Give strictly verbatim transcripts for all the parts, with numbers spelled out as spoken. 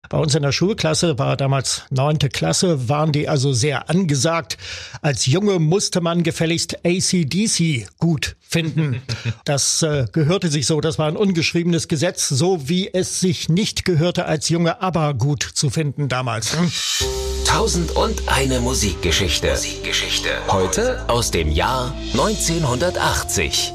Bei uns in der Schulklasse, war damals neunte Klasse, waren die also sehr angesagt. Als Junge musste man gefälligst A C D C gut finden. Das äh, gehörte sich so, das war ein ungeschriebenes Gesetz, so wie es sich nicht gehörte, als Junge ABBA gut zu finden damals. Tausend und eine Musikgeschichte. Musikgeschichte. Heute aus dem Jahr neunzehnhundertachtzig.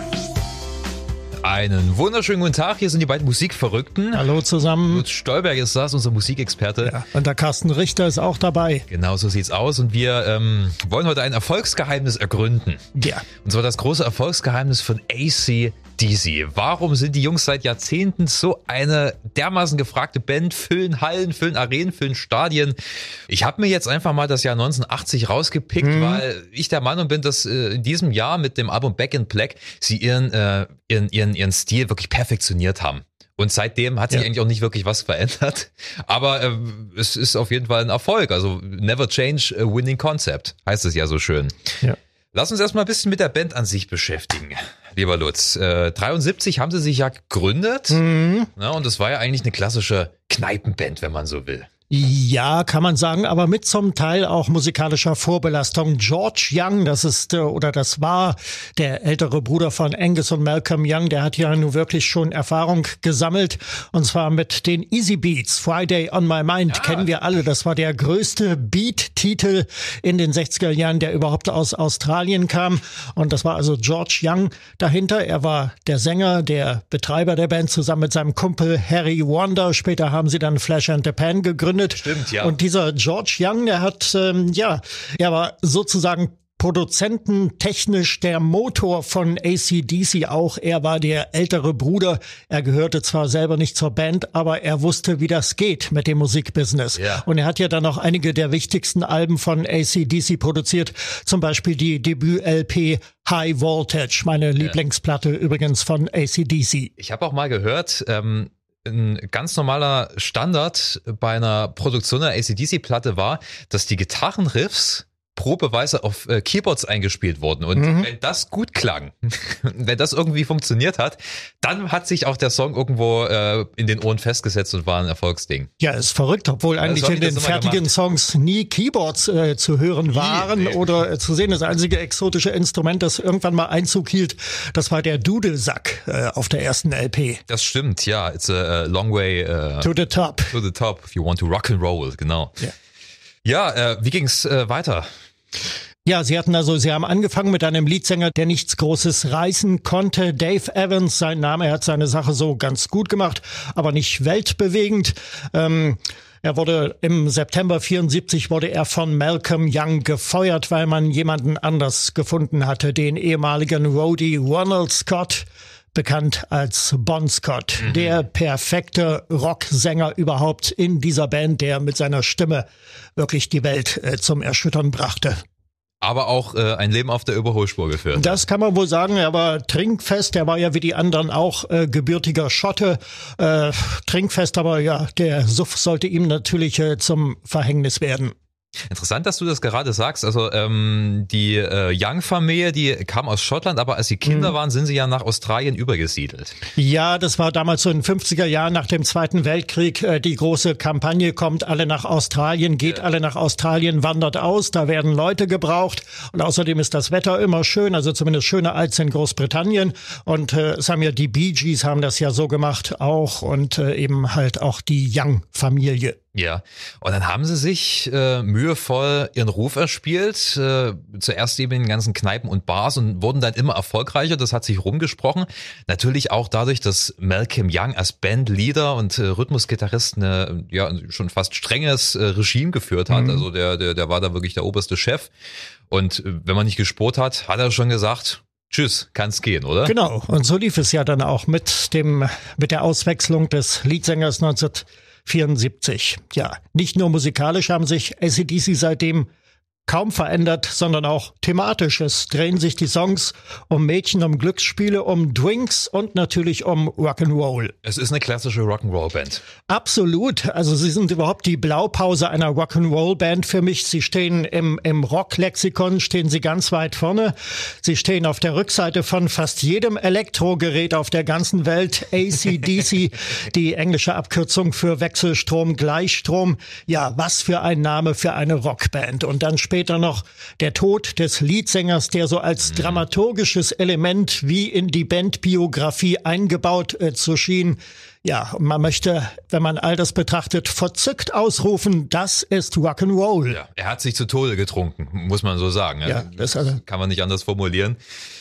Einen wunderschönen guten Tag, hier sind die beiden Musikverrückten. Hallo zusammen. Lutz Stolberg ist das, unser Musikexperte. Ja, und der Carsten Richter ist auch dabei. Genau, so sieht's aus. Und wir ähm, wollen heute ein Erfolgsgeheimnis ergründen. Ja. Und zwar das große Erfolgsgeheimnis von A C D C. Warum sind die Jungs seit Jahrzehnten so eine dermaßen gefragte Band, füllen Hallen, füllen Arenen, füllen Stadien? Ich habe mir jetzt einfach mal das Jahr neunzehnhundertachtzig rausgepickt, mhm. weil ich der Meinung bin, dass äh, in diesem Jahr mit dem Album Back in Black sie ihren, äh, ihren, ihren, ihren Stil wirklich perfektioniert haben. Und seitdem hat sich ja. eigentlich auch nicht wirklich was verändert. Aber äh, es ist auf jeden Fall ein Erfolg. Also never change a winning concept, heißt es ja so schön. Ja. Lass uns erstmal ein bisschen mit der Band an sich beschäftigen, lieber Lutz. Äh, dreiundsiebzig haben sie sich ja gegründet. Mhm. Ja, und das war ja eigentlich eine klassische Kneipenband, wenn man so will. Ja, kann man sagen, aber mit zum Teil auch musikalischer Vorbelastung. George Young, das ist oder das war der ältere Bruder von Angus und Malcolm Young, der hat ja nun wirklich schon Erfahrung gesammelt, und zwar mit den Easy Beats. Friday on My Mind ja. kennen wir alle, das war der größte Beat-Titel in den sechziger Jahren, der überhaupt aus Australien kam, und das war also George Young dahinter. Er war der Sänger, der Betreiber der Band, zusammen mit seinem Kumpel Harry Wonder. Später haben sie dann Flash and the Pan gegründet. Stimmt, ja. Und dieser George Young, der hat, ähm, ja, er war sozusagen produzententechnisch der Motor von A C D C auch. Er war der ältere Bruder. Er gehörte zwar selber nicht zur Band, aber er wusste, wie das geht mit dem Musikbusiness. Ja. Und er hat ja dann auch einige der wichtigsten Alben von A C D C produziert. Zum Beispiel die Debüt-L P High Voltage, meine ja. Lieblingsplatte übrigens von A C D C. Ich habe auch mal gehört, ähm ein ganz normaler Standard bei einer Produktion einer A C D C-Platte war, dass die Gitarrenriffs probeweise auf äh, Keyboards eingespielt wurden. Und mhm. wenn das gut klang, wenn das irgendwie funktioniert hat, dann hat sich auch der Song irgendwo äh, in den Ohren festgesetzt und war ein Erfolgsding. Ja, ist verrückt, obwohl eigentlich in den fertigen gemacht. Songs nie Keyboards äh, zu hören waren nee, nee. oder äh, zu sehen. Das einzige exotische Instrument, das irgendwann mal Einzug hielt, das war der Dudelsack äh, auf der ersten L P. Das stimmt, ja. It's a, a long way uh, to the top. To the top, if you want to rock and roll, genau. Ja, ja äh, wie ging's äh, weiter? Ja, sie hatten also, sie haben angefangen mit einem Leadsänger, der nichts Großes reißen konnte. Dave Evans, sein Name, er hat seine Sache so ganz gut gemacht, aber nicht weltbewegend. Ähm, er wurde im September vierundsiebzig wurde er von Malcolm Young gefeuert, weil man jemanden anders gefunden hatte, den ehemaligen Roadie Ronald Scott, bekannt als Bon Scott, mhm. der perfekte Rocksänger überhaupt in dieser Band, der mit seiner Stimme wirklich die Welt äh, zum Erschüttern brachte. Aber auch äh, ein Leben auf der Überholspur geführt. Das kann man wohl sagen. Er war trinkfest. Er war ja wie die anderen auch äh, gebürtiger Schotte. Äh, trinkfest, aber ja, der Suff sollte ihm natürlich äh, zum Verhängnis werden. Interessant, dass du das gerade sagst. Also ähm, die äh, Young-Familie, die kam aus Schottland, aber als sie Kinder mhm. waren, sind sie ja nach Australien übergesiedelt. Ja, das war damals so in den fünfziger Jahren nach dem Zweiten Weltkrieg. Äh, die große Kampagne kommt alle nach Australien, geht ja. alle nach Australien, wandert aus. Da werden Leute gebraucht. Und außerdem ist das Wetter immer schön, also zumindest schöner als in Großbritannien. Und äh, es haben ja die Bee Gees haben das ja so gemacht auch und äh, eben halt auch die Young-Familie. Ja, und dann haben sie sich äh, mühevoll ihren Ruf erspielt, äh, zuerst eben in den ganzen Kneipen und Bars und wurden dann immer erfolgreicher, das hat sich rumgesprochen. Natürlich auch dadurch, dass Malcolm Young als Bandleader und äh, Rhythmusgitarrist eine, ja, schon fast strenges äh, Regime geführt hat, mhm. also der, der, der war da wirklich der oberste Chef und äh, wenn man nicht gespurt hat, hat er schon gesagt, tschüss, kann's gehen, oder? Genau, und so lief es ja dann auch mit dem, mit der Auswechslung des Leadsängers neunzehnhundertvierundsiebzig. Ja, nicht nur musikalisch haben sich A C D C seitdem kaum verändert, sondern auch thematisch. Es drehen sich die Songs um Mädchen, um Glücksspiele, um Drinks und natürlich um Rock'n'Roll. Es ist eine klassische Rock'n'Roll-Band. Absolut. Also sie sind überhaupt die Blaupause einer Rock'n'Roll-Band für mich. Sie stehen im, im Rock-Lexikon, stehen sie ganz weit vorne. Sie stehen auf der Rückseite von fast jedem Elektrogerät auf der ganzen Welt. A C D C, die englische Abkürzung für Wechselstrom, Gleichstrom. Ja, was für ein Name für eine Rockband. Und dann später Später noch der Tod des Leadsängers, der so als mhm. dramaturgisches Element wie in die Bandbiografie eingebaut äh, zu schien. Ja, man möchte, wenn man all das betrachtet, verzückt ausrufen, das ist Rock'n'Roll. Ja, er hat sich zu Tode getrunken, muss man so sagen. Ja, das also kann man nicht anders formulieren.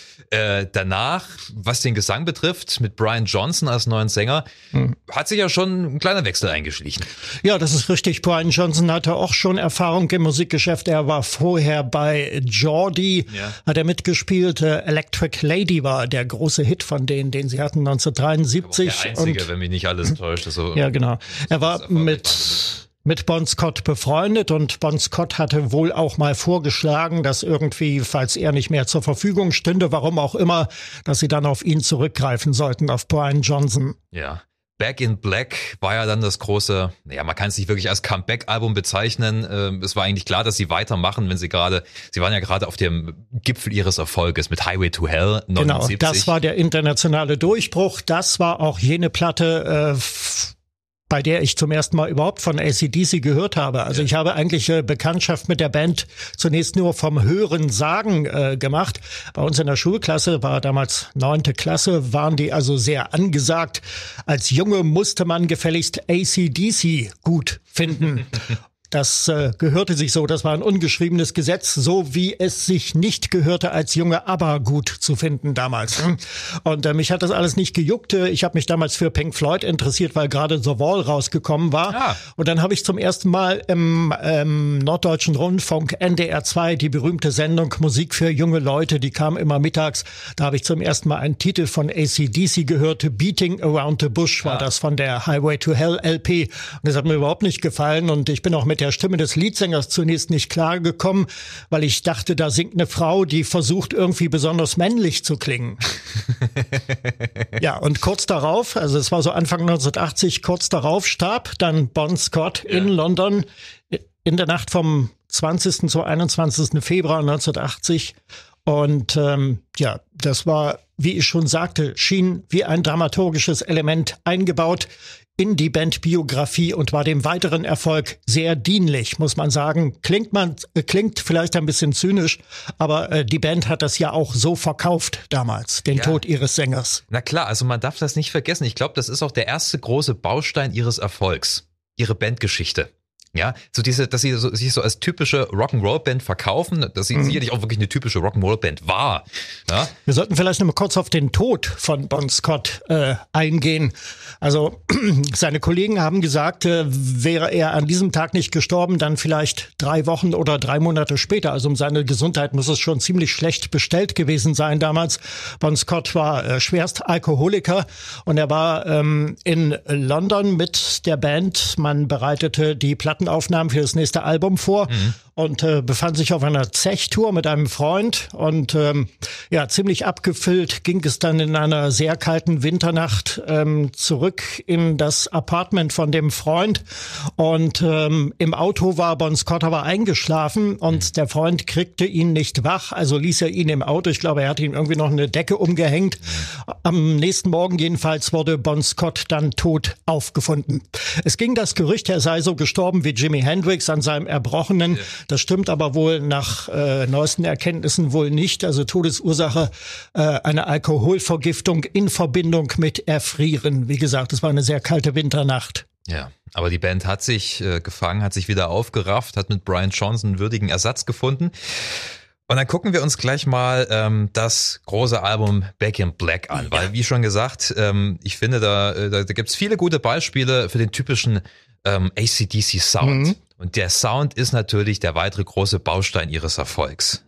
Äh, danach, was den Gesang betrifft, mit Brian Johnson als neuen Sänger, hm. hat sich ja schon ein kleiner Wechsel eingeschlichen. Ja, das ist richtig. Brian Johnson hatte auch schon Erfahrung im Musikgeschäft. Er war vorher bei Geordie, ja. hat er mitgespielt. Electric Lady war der große Hit von denen, den sie hatten neunzehnhundertdreiundsiebzig. Der einzige, und, wenn mich nicht alles täuscht. So ja, genau. Er war mit... mit Bon Scott befreundet und Bon Scott hatte wohl auch mal vorgeschlagen, dass irgendwie, falls er nicht mehr zur Verfügung stünde, warum auch immer, dass sie dann auf ihn zurückgreifen sollten, auf Brian Johnson. Ja. Back in Black war ja dann das große, naja, man kann es nicht wirklich als Comeback-Album bezeichnen. Es war eigentlich klar, dass sie weitermachen, wenn sie gerade, sie waren ja gerade auf dem Gipfel ihres Erfolges mit Highway to Hell neunundsiebzig. Genau, das war der internationale Durchbruch. Das war auch jene Platte, äh, bei der ich zum ersten Mal überhaupt von A C D C gehört habe. Also ja. ich habe eigentlich äh, Bekanntschaft mit der Band zunächst nur vom Hören Sagen äh, gemacht. Bei uns in der Schulklasse, war damals neunte Klasse, waren die also sehr angesagt. Als Junge musste man gefälligst A C D C gut finden. Das äh, gehörte sich so, das war ein ungeschriebenes Gesetz, so wie es sich nicht gehörte, als Junge ABBA gut zu finden damals. Und äh, mich hat das alles nicht gejuckt. Ich habe mich damals für Pink Floyd interessiert, weil gerade The Wall rausgekommen war. Ah. Und dann habe ich zum ersten Mal im ähm, Norddeutschen Rundfunk N D R zwei die berühmte Sendung Musik für junge Leute, die kam immer mittags. Da habe ich zum ersten Mal einen Titel von A C D C gehört, Beating Around the Bush war ah. das von der Highway to Hell L P. Und das hat mir überhaupt nicht gefallen und ich bin auch mit der Stimme des Leadsängers zunächst nicht klar gekommen, weil ich dachte, da singt eine Frau, die versucht irgendwie besonders männlich zu klingen. Ja, und kurz darauf, also es war so Anfang neunzehnhundertachtzig, kurz darauf starb dann Bon Scott ja. in London in der Nacht vom zwanzigsten zum einundzwanzigsten Februar neunzehnhundertachtzig. Und ähm, ja, das war, wie ich schon sagte, schien wie ein dramaturgisches Element eingebaut in die Bandbiografie und war dem weiteren Erfolg sehr dienlich, muss man sagen. Klingt man, äh, klingt vielleicht ein bisschen zynisch, aber äh, die Band hat das ja auch so verkauft damals, den ja. Tod ihres Sängers. Na klar, also man darf das nicht vergessen. Ich glaube, das ist auch der erste große Baustein ihres Erfolgs, ihre Bandgeschichte. Ja, so diese, dass sie so, sich so als typische Rock'n'Roll-Band verkaufen, dass sie mhm. sicherlich auch wirklich eine typische Rock'n'Roll-Band war. Ja? Wir sollten vielleicht noch mal kurz auf den Tod von Bon Scott äh, eingehen. Also seine Kollegen haben gesagt, äh, wäre er an diesem Tag nicht gestorben, dann vielleicht drei Wochen oder drei Monate später. Also um seine Gesundheit muss es schon ziemlich schlecht bestellt gewesen sein damals. Bon Scott war äh, schwerst Alkoholiker und er war ähm, in London mit der Band. Man bereitete die Platten Aufnahmen für das nächste Album vor mhm. und äh, befand sich auf einer Zechtour mit einem Freund und ähm, ja, ziemlich abgefüllt ging es dann in einer sehr kalten Winternacht ähm, zurück in das Apartment von dem Freund und ähm, im Auto war Bon Scott aber eingeschlafen und mhm. der Freund kriegte ihn nicht wach, also ließ er ihn im Auto, ich glaube, er hat ihm irgendwie noch eine Decke umgehängt. Mhm. Am nächsten Morgen jedenfalls wurde Bon Scott dann tot aufgefunden. Es ging das Gerücht, er sei so gestorben wie Jimi Hendrix an seinem Erbrochenen. Ja. Das stimmt aber wohl nach äh, neuesten Erkenntnissen wohl nicht. Also Todesursache äh, eine Alkoholvergiftung in Verbindung mit Erfrieren. Wie gesagt, es war eine sehr kalte Winternacht. Ja, aber die Band hat sich äh, gefangen, hat sich wieder aufgerafft, hat mit Brian Johnson einen würdigen Ersatz gefunden. Und dann gucken wir uns gleich mal ähm, das große Album Back in Black an, weil wie schon gesagt, ähm, ich finde, da, da, da gibt es viele gute Beispiele für den typischen ähm, A C D C Sound. Mhm. Und der Sound ist natürlich der weitere große Baustein ihres Erfolgs. Ja,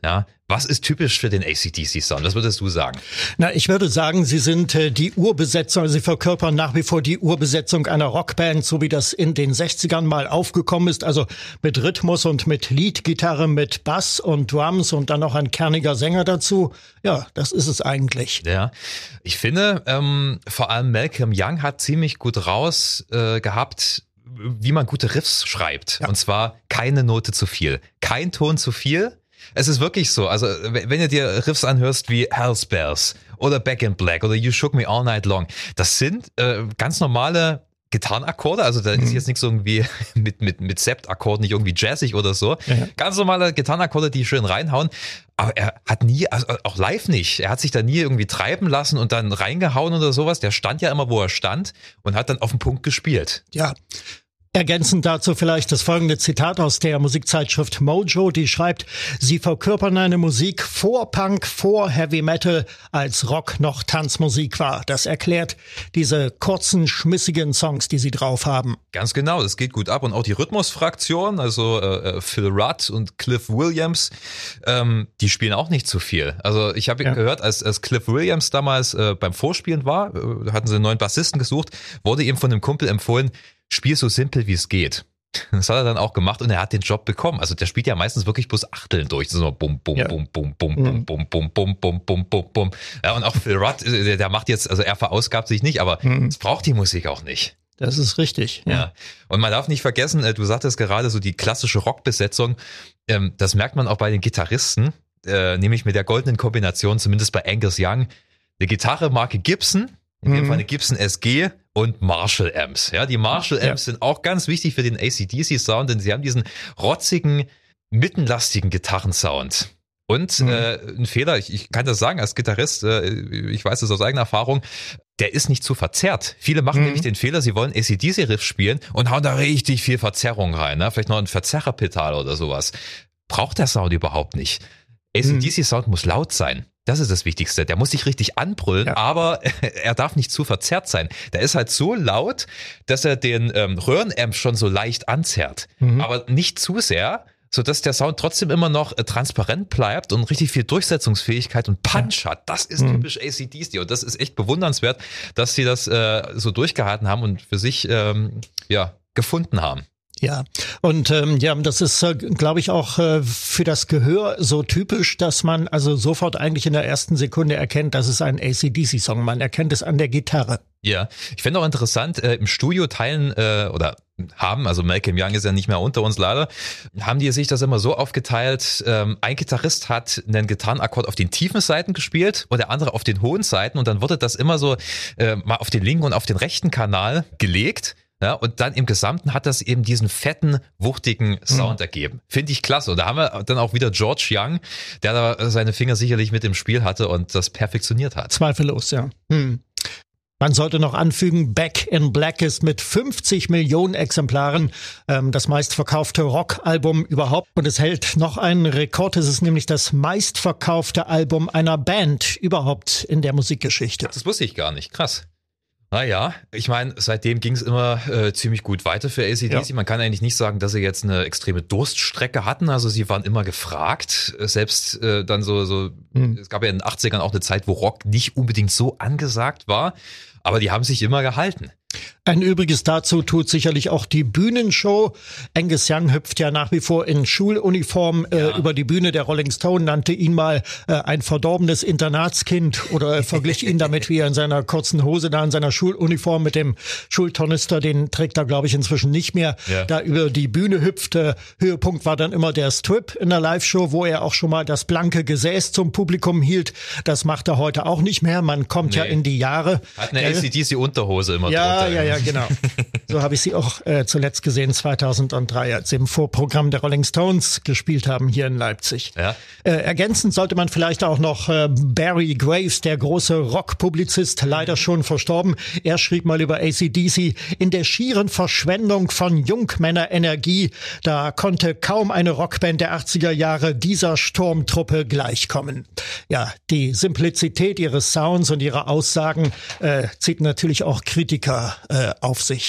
Was ist typisch für den A C D C-Sound? Was würdest du sagen? Na, ich würde sagen, sie sind äh, die Urbesetzung, also sie verkörpern nach wie vor die Urbesetzung einer Rockband, so wie das in den sechzigern mal aufgekommen ist, also mit Rhythmus und mit Leadgitarre, mit Bass und Drums und dann noch ein kerniger Sänger dazu. Ja, das ist es eigentlich. Ja, ich finde, ähm, vor allem Malcolm Young hat ziemlich gut raus äh, gehabt, wie man gute Riffs schreibt. Ja. Und zwar keine Note zu viel, kein Ton zu viel. Es ist wirklich so, also wenn ihr dir Riffs anhörst wie Hell's Bells oder Back in Black oder You Shook Me All Night Long, das sind äh, ganz normale Gitarrenakkorde, also da mhm. ist jetzt nichts irgendwie mit mit mit Septakkorden, nicht irgendwie jazzig oder so. Ja, ja. Ganz normale Gitarrenakkorde, die schön reinhauen, aber er hat nie, also auch live nicht, er hat sich da nie irgendwie treiben lassen und dann reingehauen oder sowas, der stand ja immer, wo er stand und hat dann auf den Punkt gespielt. Ja. Ergänzend dazu vielleicht das folgende Zitat aus der Musikzeitschrift Mojo, die schreibt, sie verkörpern eine Musik vor Punk, vor Heavy Metal, als Rock noch Tanzmusik war. Das erklärt diese kurzen, schmissigen Songs, die sie drauf haben. Ganz genau, das geht gut ab. Und auch die Rhythmusfraktion, also äh, Phil Rudd und Cliff Williams, ähm, die spielen auch nicht zu viel. Also ich habe ja. gehört, als, als Cliff Williams damals äh, beim Vorspielen war, äh, hatten sie einen neuen Bassisten gesucht, wurde ihm von einem Kumpel empfohlen, spiel so simpel wie es geht. Das hat er dann auch gemacht und er hat den Job bekommen. Also der spielt ja meistens wirklich bloß Achteln durch. Das ist immer bum, bum, ja. bum, bum, bum, bum, bum, bum, bum, bum, bum, bum, bum. Ja, und auch Phil Rudd, der macht jetzt, also er verausgabt sich nicht, aber mhm. es braucht die Musik auch nicht. Das ist richtig. Ja. ja. Und man darf nicht vergessen, du sagtest gerade so die klassische Rockbesetzung, das merkt man auch bei den Gitarristen, nämlich mit der goldenen Kombination, zumindest bei Angus Young, eine Gitarre Marke Gibson, in dem Fall eine Gibson S G und Marshall Amps. Ja, die Marshall Amps ja. sind auch ganz wichtig für den A C D C Sound, denn sie haben diesen rotzigen, mittenlastigen Gitarrensound. Und mhm. äh, ein Fehler, ich, ich kann das sagen als Gitarrist, äh, ich weiß das aus eigener Erfahrung, der ist nicht zu verzerrt. Viele machen mhm. nämlich den Fehler, sie wollen A C D C-Riff spielen und hauen da richtig viel Verzerrung rein. Ne? Vielleicht noch ein Verzerrerpedal oder sowas. Braucht der Sound überhaupt nicht. A C D C-Sound mhm. muss laut sein. Das ist das Wichtigste. Der muss sich richtig anbrüllen, ja. aber er darf nicht zu verzerrt sein. Der ist halt so laut, dass er den ähm, Röhrenamp schon so leicht anzerrt, mhm. aber nicht zu sehr, sodass der Sound trotzdem immer noch äh, transparent bleibt und richtig viel Durchsetzungsfähigkeit und Punch ja. hat. Das ist mhm. typisch A C D C und das ist echt bewundernswert, dass sie das äh, so durchgehalten haben und für sich ähm, ja gefunden haben. Ja, und ähm, ja, das ist, äh, glaube ich, auch äh, für das Gehör so typisch, dass man also sofort eigentlich in der ersten Sekunde erkennt, das ist ein A C D C-Song. Man erkennt es an der Gitarre. Ja, ich finde auch interessant, äh, im Studio teilen äh, oder haben, also Malcolm Young ist ja nicht mehr unter uns leider, haben die sich das immer so aufgeteilt, ähm, ein Gitarrist hat einen Gitarrenakkord auf den tiefen Seiten gespielt und der andere auf den hohen Seiten und dann wurde das immer so äh, mal auf den linken und auf den rechten Kanal gelegt. Ja, und dann im Gesamten hat das eben diesen fetten, wuchtigen Sound mhm. ergeben. Finde ich klasse. Und da haben wir dann auch wieder George Young, der da seine Finger sicherlich mit im Spiel hatte und das perfektioniert hat. Zweifellos, ja. Hm. Man sollte noch anfügen, Back in Black ist mit fünfzig Millionen Exemplaren ähm, das meistverkaufte Rockalbum überhaupt. Und es hält noch einen Rekord. Es ist nämlich das meistverkaufte Album einer Band überhaupt in der Musikgeschichte. Das wusste ich gar nicht. Krass. Naja, ich meine, seitdem ging es immer äh, ziemlich gut weiter für A C D C. Ja. Man kann eigentlich nicht sagen, dass sie jetzt eine extreme Durststrecke hatten. Also sie waren immer gefragt. Selbst äh, dann so, so mhm. es gab ja in den achtzigern auch eine Zeit, wo Rock nicht unbedingt so angesagt war. Aber die haben sich immer gehalten. Ein Übriges dazu tut sicherlich auch die Bühnenshow. Angus Young hüpft ja nach wie vor in Schuluniform äh, ja. über die Bühne. Der Rolling Stone nannte ihn mal äh, ein verdorbenes Internatskind oder verglich ihn damit, wie er in seiner kurzen Hose da in seiner Schuluniform mit dem Schultornister, den trägt er glaube ich inzwischen nicht mehr, ja. da über die Bühne hüpfte. Höhepunkt war dann immer der Strip in der Live-Show, wo er auch schon mal das blanke Gesäß zum Publikum hielt. Das macht er heute auch nicht mehr. Man kommt nee. ja in die Jahre. Hat eine äh, A C D C-Unterhose immer ja, drunter. Ja, ja, genau. So habe ich sie auch äh, zuletzt gesehen, zweitausenddrei, als sie im Vorprogramm der Rolling Stones gespielt haben hier in Leipzig. Ja. Äh, ergänzend sollte man vielleicht auch noch äh, Barry Graves, der große Rockpublizist, leider schon verstorben. Er schrieb mal über A C D C, in der schieren Verschwendung von Jungmännerenergie, da konnte kaum eine Rockband der achtziger Jahre dieser Sturmtruppe gleichkommen. Ja, die Simplizität ihres Sounds und ihrer Aussagen äh, zieht natürlich auch Kritiker äh, auf sich.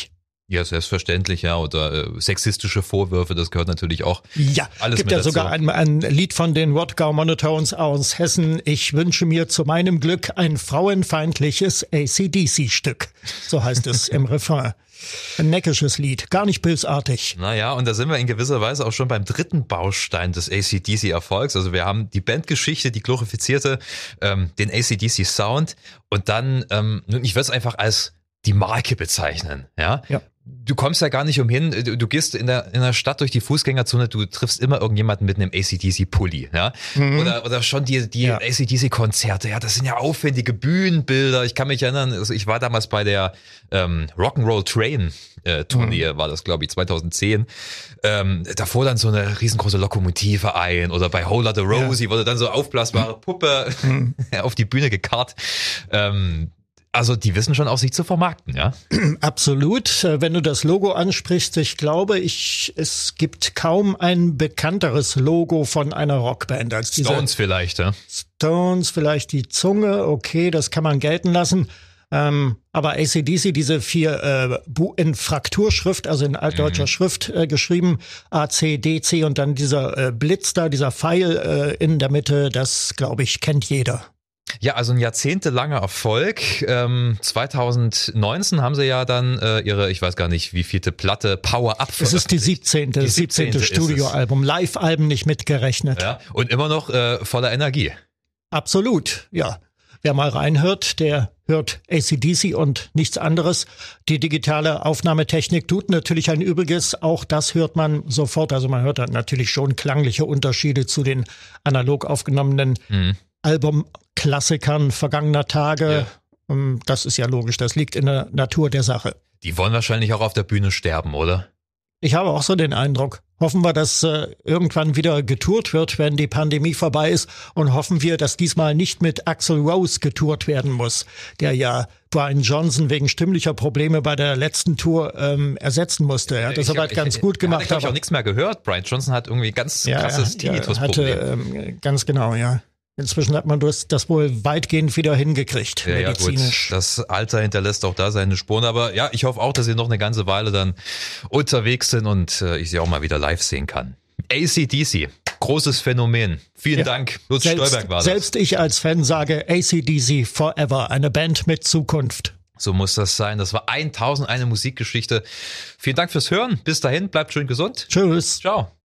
Ja, selbstverständlich, ja. Oder äh, sexistische Vorwürfe, das gehört natürlich auch. Ja, alles gibt mit ja dazu. sogar ein, ein Lied von den Rodgau Monotones aus Hessen. Ich wünsche mir zu meinem Glück ein frauenfeindliches A C D C-Stück. So heißt es im Refrain. Ein neckisches Lied, gar nicht bösartig. Naja, und da sind wir in gewisser Weise auch schon beim dritten Baustein des A C D C-Erfolgs. Also wir haben die Bandgeschichte, die glorifizierte, ähm, den A C D C-Sound und dann, ähm, ich würde es einfach als die Marke bezeichnen, ja. Ja. Du kommst ja gar nicht umhin, du, du gehst in der, in der Stadt durch die Fußgängerzone, du triffst immer irgendjemanden mit einem A C D C-Pulli, ja. Mhm. Oder, oder schon die, die ja. A C D C-Konzerte, ja, das sind ja aufwendige Bühnenbilder. Ich kann mich erinnern, also ich war damals bei der ähm, Rock'n'Roll Train äh, Tournee, mhm. war das, glaube ich, zweitausendzehn. Ähm, da fuhr dann so eine riesengroße Lokomotive ein oder bei Whole Lotta Rosie ja. wurde dann so aufblasbare Puppe mhm. auf die Bühne gekarrt. Ähm, Also die wissen schon auch, sich zu vermarkten, ja? Absolut. Wenn du das Logo ansprichst, ich glaube, ich es gibt kaum ein bekannteres Logo von einer Rockband als diese. Stones vielleicht, ja? Stones, vielleicht die Zunge, okay, das kann man gelten lassen. Ähm, aber A C D C, diese vier äh, in Frakturschrift, also in altdeutscher mhm. Schrift äh, geschrieben, A, C, D, C und dann dieser äh, Blitz da, dieser Pfeil äh, in der Mitte, das, glaube ich, kennt jeder. Ja, also ein jahrzehntelanger Erfolg. Ähm, zweitausendneunzehn haben sie ja dann äh, ihre, ich weiß gar nicht, wie vielte Platte Power Up. Es ist die siebzehnte, die siebzehnte Studioalbum, Live-Alben nicht mitgerechnet. Ja, und immer noch äh, voller Energie. Absolut, ja. Wer mal reinhört, der hört A C D C und nichts anderes. Die digitale Aufnahmetechnik tut natürlich ein Übriges. Auch das hört man sofort. Also man hört dann natürlich schon klangliche Unterschiede zu den analog aufgenommenen mhm. Albumklassikern vergangener Tage. Ja. Das ist ja logisch, das liegt in der Natur der Sache. Die wollen wahrscheinlich auch auf der Bühne sterben, oder? Ich habe auch so den Eindruck. Hoffen wir, dass äh, irgendwann wieder getourt wird, wenn die Pandemie vorbei ist. Und hoffen wir, dass diesmal nicht mit Axl Rose getourt werden muss, der ja Brian Johnson wegen stimmlicher Probleme bei der letzten Tour ähm, ersetzen musste. Er hat das soweit ganz ich, gut gemacht. Ich habe auch nichts mehr gehört. Brian Johnson hat irgendwie ganz ja, krasses ja, Tinnitus-Problem. Ähm, ganz genau, ja. Inzwischen hat man das, das wohl weitgehend wieder hingekriegt, ja, medizinisch. Ja, gut. Das Alter hinterlässt auch da seine Spuren. Aber ja, ich hoffe auch, dass sie noch eine ganze Weile dann unterwegs sind und äh, ich sie auch mal wieder live sehen kann. A C D C, großes Phänomen. Vielen ja. Dank. Lutz selbst, Stolberg war das. Selbst ich als Fan sage A C D C forever, eine Band mit Zukunft. So muss das sein. Das war tausend eine Musikgeschichte. Vielen Dank fürs Hören. Bis dahin, bleibt schön gesund. Tschüss. Ciao.